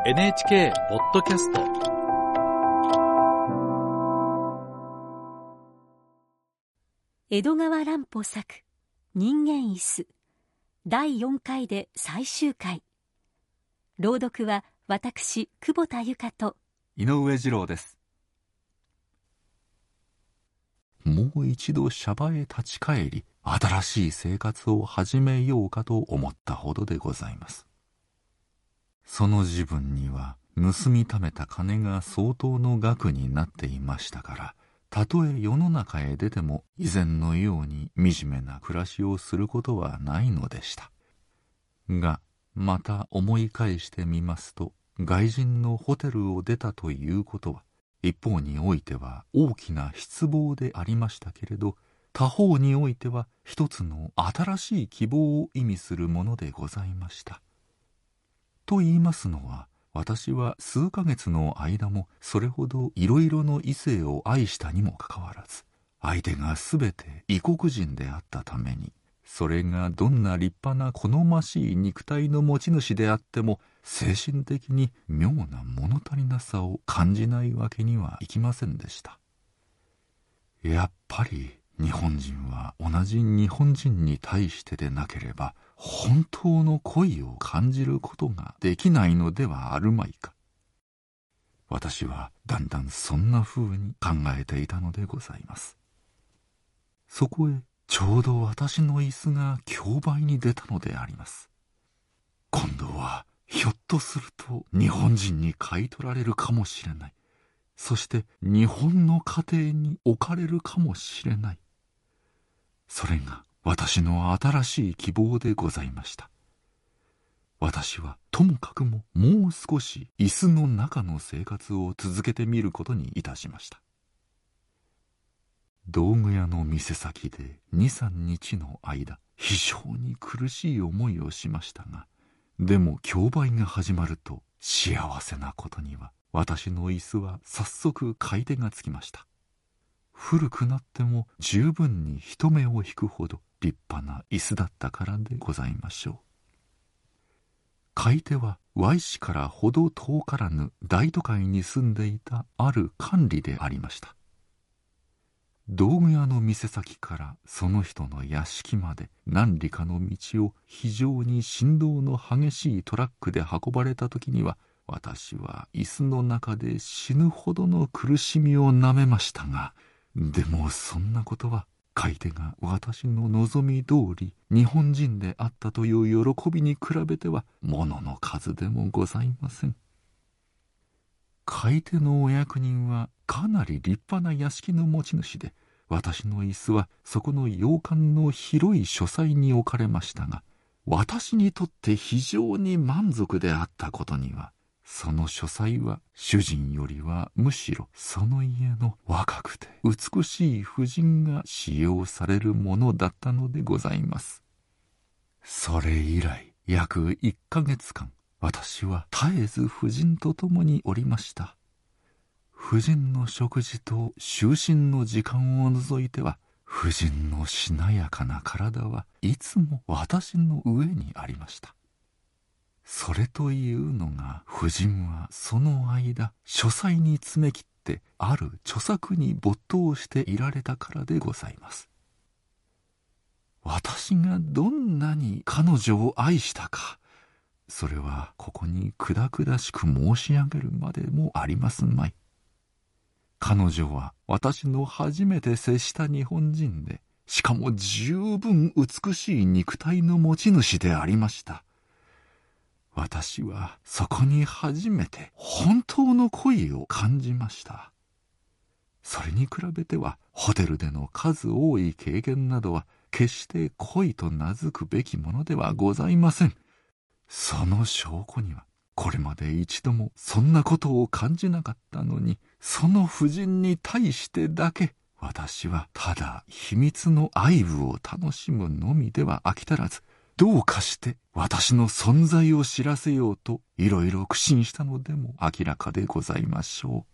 NHK ポッドキャスト、 江戸川乱歩作人間椅子第4回で最終回。朗読は私久保田由香と井上二郎です。もう一度シャバへ立ち返り、新しい生活を始めようかと思ったほどでございます。その自分には盗みためた金が相当の額になっていましたから、たとえ世の中へ出ても以前のように惨めな暮らしをすることはないのでした。がまた思い返してみますと、外人のホテルを出たということは一方においては大きな失望でありましたけれど、他方においては一つの新しい希望を意味するものでございました。と言いますのは、私は数ヶ月の間もそれほどいろいろの異性を愛したにもかかわらず、相手がすべて異国人であったために、それがどんな立派な好ましい肉体の持ち主であっても、精神的に妙な物足りなさを感じないわけにはいきませんでした。やっぱり日本人は同じ日本人に対してでなければ本当の恋を感じることができないのではあるまいか。私はだんだんそんな風に考えていたのでございます。そこへちょうど私の椅子が競売に出たのであります。今度はひょっとすると日本人に買い取られるかもしれない。そして日本の家庭に置かれるかもしれない。それが私の新しい希望でございました。私はともかくももう少し椅子の中の生活を続けてみることにいたしました。道具屋の店先で2、3日の間、非常に苦しい思いをしましたが、でも競売が始まると幸せなことには私の椅子は早速買い手がつきました。古くなっても十分に人目を引くほど立派な椅子だったからでございましょう。買い手は Y 市からほど遠からぬ大都会に住んでいたある官吏でありました。道具屋の店先からその人の屋敷まで何里かの道を非常に振動の激しいトラックで運ばれた時には、私は椅子の中で死ぬほどの苦しみをなめましたが、でもそんなことは買い手が私の望み通り日本人であったという喜びに比べてはものの数でもございません。買い手のお役人はかなり立派な屋敷の持ち主で、私の椅子はそこの洋館の広い書斎に置かれましたが、私にとって非常に満足であったことには、その書斎は主人よりはむしろその家の若くて美しい婦人が使用されるものだったのでございます。それ以来約1ヶ月間、私は絶えず婦人と共におりました。婦人の食事と就寝の時間を除いては、婦人のしなやかな体はいつも私の上にありました。それというのが、婦人はその間書斎に詰め切ってある著作に没頭していられたからでございます。私がどんなに彼女を愛したか、それはここにくだくだしく申し上げるまでもありますまい。彼女は私の初めて接した日本人で、しかも十分美しい肉体の持ち主でありました。私はそこに初めて本当の恋を感じました。それに比べてはホテルでの数多い経験などは決して恋と名付くべきものではございません。その証拠には、これまで一度もそんなことを感じなかったのに、その婦人に対してだけ私はただ秘密の愛撫を楽しむのみでは飽き足らず、どうかして私の存在を知らせようといろいろ苦心したのでも明らかでございましょう。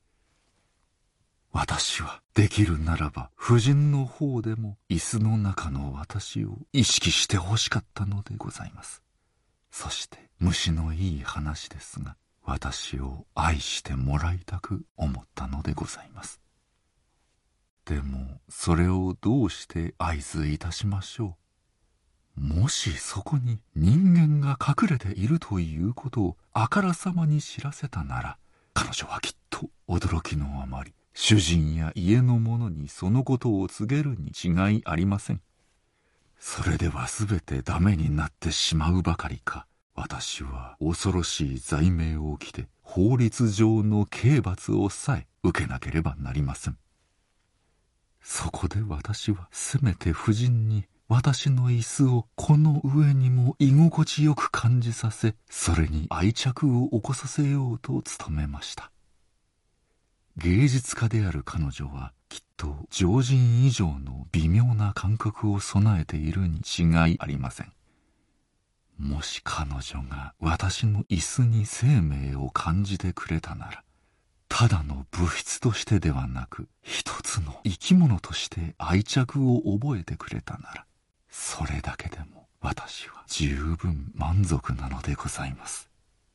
私はできるならば婦人の方でも椅子の中の私を意識してほしかったのでございます。そして虫のいい話ですが、 私を愛してもらいたく思ったのでございます。でもそれをどうして合図いたしましょう。もしそこに人間が隠れているということをあからさまに知らせたなら、彼女はきっと驚きのあまり主人や家の者にそのことを告げるに違いありません。それではすべてダメになってしまうばかりか、私は恐ろしい罪名を着て法律上の刑罰をさえ受けなければなりません。そこで私はせめて夫人に私の椅子をこの上にも居心地よく感じさせ、それに愛着を起こさせようと努めました。芸術家である彼女はきっと常人以上の微妙な感覚を備えているに違いありません。もし彼女が私の椅子に生命を感じてくれたなら、ただの物質としてではなく一つの生き物として愛着を覚えてくれたなら、それだけでも私は十分満足なのでございます。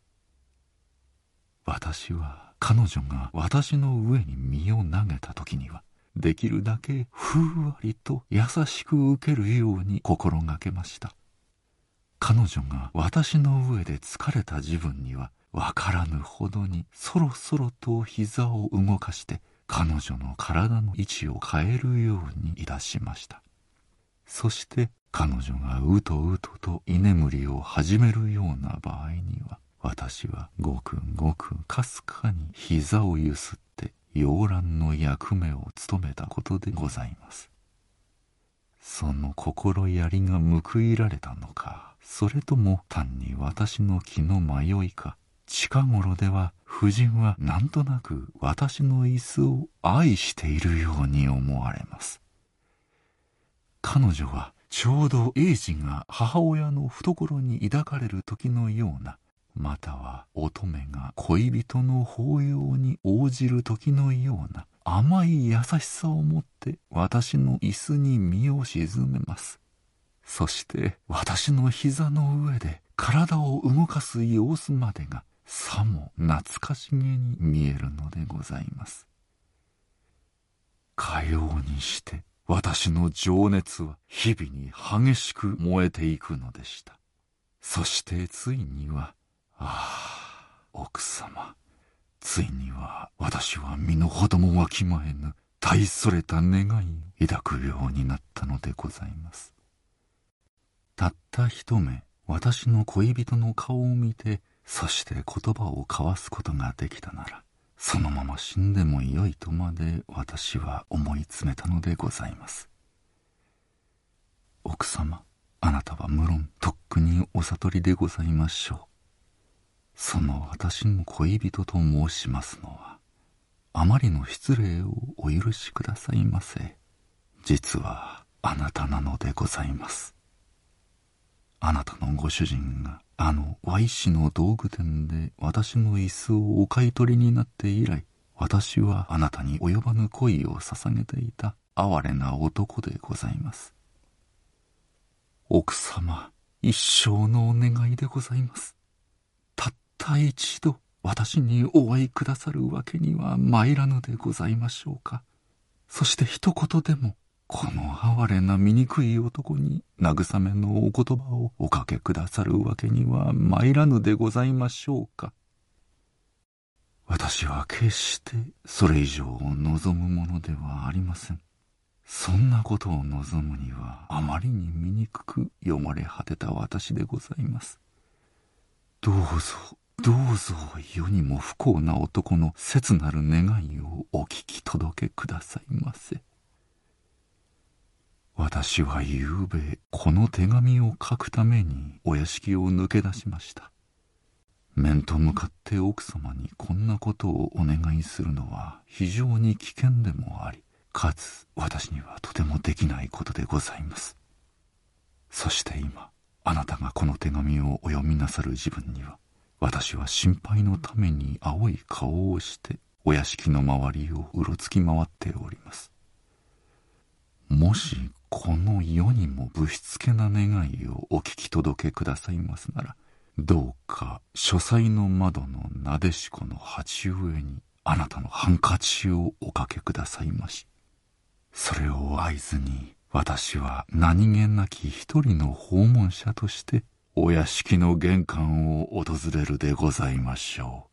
私は彼女が私の上に身を投げた時には、できるだけふんわりと優しく受けるように心がけました。彼女が私の上で疲れた自分にはわからぬほどにそろそろと膝を動かして彼女の体の位置を変えるようにいたしました。そして彼女がうとうとと居眠りを始めるような場合には、私はごくごくかすかに膝をゆすって洋蘭の役目を務めたことでございます。その心やりが報いられたのか、それとも単に私の気の迷いか、近頃では夫人はなんとなく私の椅子を愛しているように思われます。彼女はちょうど英治が母親の懐に抱かれる時のような、または乙女が恋人の抱擁に応じる時のような甘い優しさを持って私の椅子に身を沈めます。そして私の膝の上で体を動かす様子までがさも懐かしげに見えるのでございます。かようにして私の情熱は日々に激しく燃えていくのでした。そしてついには、奥様、ついには私は身の程もわきまえぬ大それた願いを抱くようになったのでございます。たった一目私の恋人の顔を見て、そして言葉を交わすことができたなら、そのまま死んでもよいとまで私は思い詰めたのでございます。奥様、あなたは無論とっくにお悟りでございましょう。その私の恋人と申しますのは、あまりの失礼をお許しくださいませ。実はあなたなのでございます。あなたのご主人がY氏の道具店で私の椅子をお買い取りになって以来、私はあなたに及ばぬ恋を捧げていた哀れな男でございます。奥様、一生のお願いでございます。たった一度私にお会いくださるわけには参らぬでございましょうか。そして一言でもこの哀れな醜い男に慰めのお言葉をおかけくださるわけには参らぬでございましょうか。私は決してそれ以上を望むものではありません。そんなことを望むにはあまりに醜く汚れ果てた私でございます。どうぞ世にも不幸な男の切なる願いをお聞き届けくださいませ。私はゆうべこの手紙を書くためにお屋敷を抜け出しました。面と向かって奥様にこんなことをお願いするのは非常に危険でもあり、かつ私にはとてもできないことでございます。そして今あなたがこの手紙をお読みなさる自分には、私は心配のために青い顔をしてお屋敷の周りをうろつき回っております。もしこの世にもぶしつけな願いをお聞き届けくださいますなら、 どうか書斎の窓のなでしこの鉢植えにあなたのハンカチをおかけくださいまし。それを合図に私は何気なき一人の訪問者としてお屋敷の玄関を訪れるでございましょう。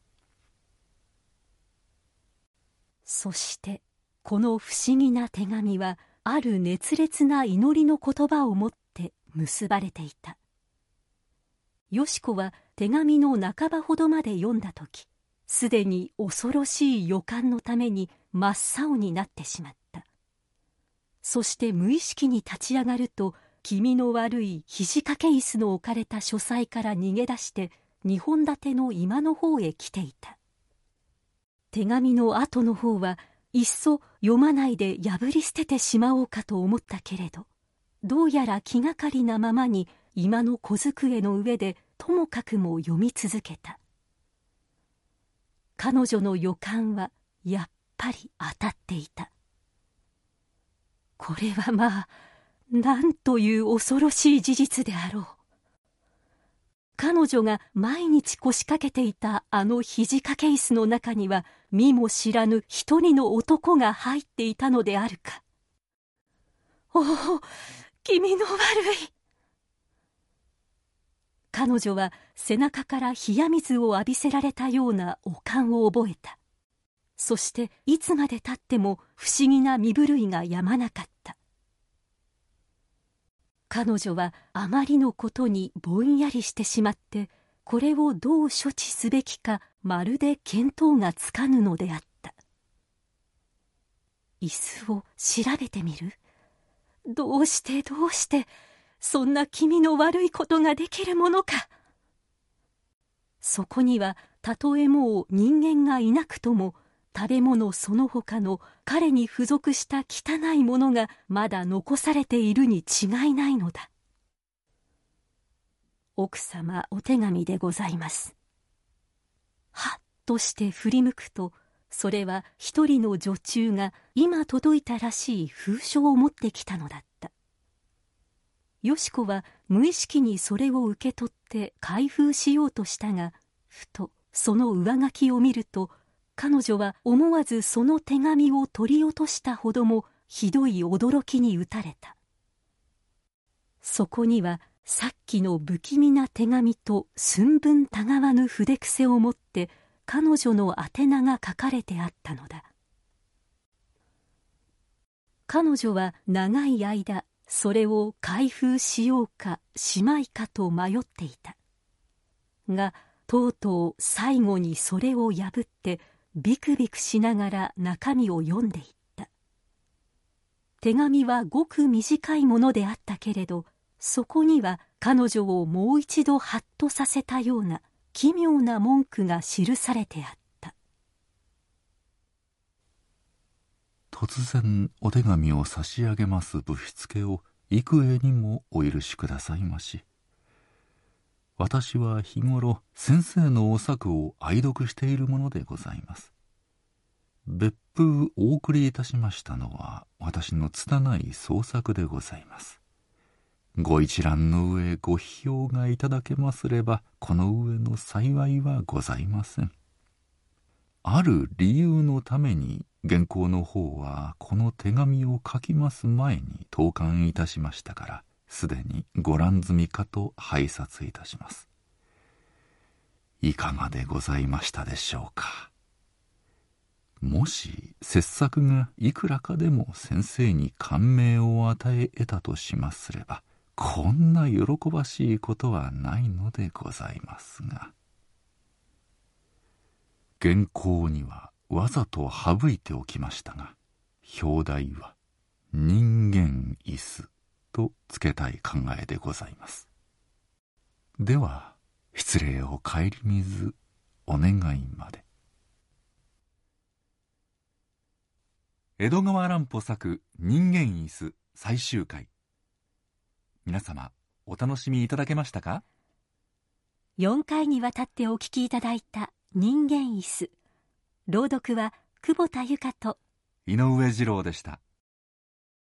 そしてこの不思議な手紙はある熱烈な祈りの言葉をもって結ばれていた。よし子は手紙の半ばほどまで読んだとき、すでに恐ろしい予感のために真っ青になってしまった。そして無意識に立ち上がると、気味の悪い肘掛け椅子の置かれた書斎から逃げ出して2本立ての居間の方へ来ていた。手紙の後の方はいっそ読まないで破り捨ててしまおうかと思ったけれど、どうやら気がかりなままに居間の小机の上でともかくも読み続けた。彼女の予感はやっぱり当たっていた。これはまあ、なんという恐ろしい事実であろう。彼女が毎日腰掛けていたあの肘掛け椅子の中には見も知らぬ一人の男が入っていたのであるか。おお、気味の悪い。彼女は背中から冷や水を浴びせられたような悪感を覚えた。そしていつまでたっても不思議な身震いがやまなかった。彼女はあまりのことにぼんやりしてしまって、これをどう処置すべきかまるで見当がつかぬのであった。椅子を調べてみる？どうしてそんな気味の悪いことができるものか。そこにはたとえもう人間がいなくとも、食べ物その他の彼に付属した汚いものがまだ残されているに違いないのだ。奥様お手紙でございます。はっとして振り向くと、それは一人の女中が今届いたらしい封書を持ってきたのだった。よし子は無意識にそれを受け取って開封しようとしたが、ふとその上書きを見ると、彼女は思わずその手紙を取り落としたほどもひどい驚きに打たれた。そこにはさっきの不気味な手紙と寸分たがわぬ筆癖をもって彼女の宛名が書かれてあったのだ。彼女は長い間それを開封しようかしまいかと迷っていた。がとうとう最後にそれを破ってビクビクしながら中身を読んでいった。手紙はごく短いものであったけれど、そこには彼女をもう一度ハッとさせたような奇妙な文句が記されてあった。 突然お手紙を差し上げますぶしつけを幾重にもお許しくださいまし。私は日頃先生のお作を愛読しているものでございます。別府お送りいたしましたのは私の拙い創作でございます。ご一覧の上ご批評がいただけますればこの上の幸いはございません。ある理由のために原稿の方はこの手紙を書きます前に投函いたしましたから、すでにご覧済みかと拝察いたします。いかがでございましたでしょうか。もし拙作がいくらかでも先生に感銘を与え得たとしますれば、こんな喜ばしいことはないのでございますが、原稿にはわざと省いておきましたが、表題は人間椅子とつけたい考えでございます。では失礼を顧みずお願いまで。 江戸川乱歩作人間椅子最終回。皆様お楽しみいただけましたか。 4回にわたってお聞きいただいた人間椅子。朗読は久保田由佳と井上二郎でした。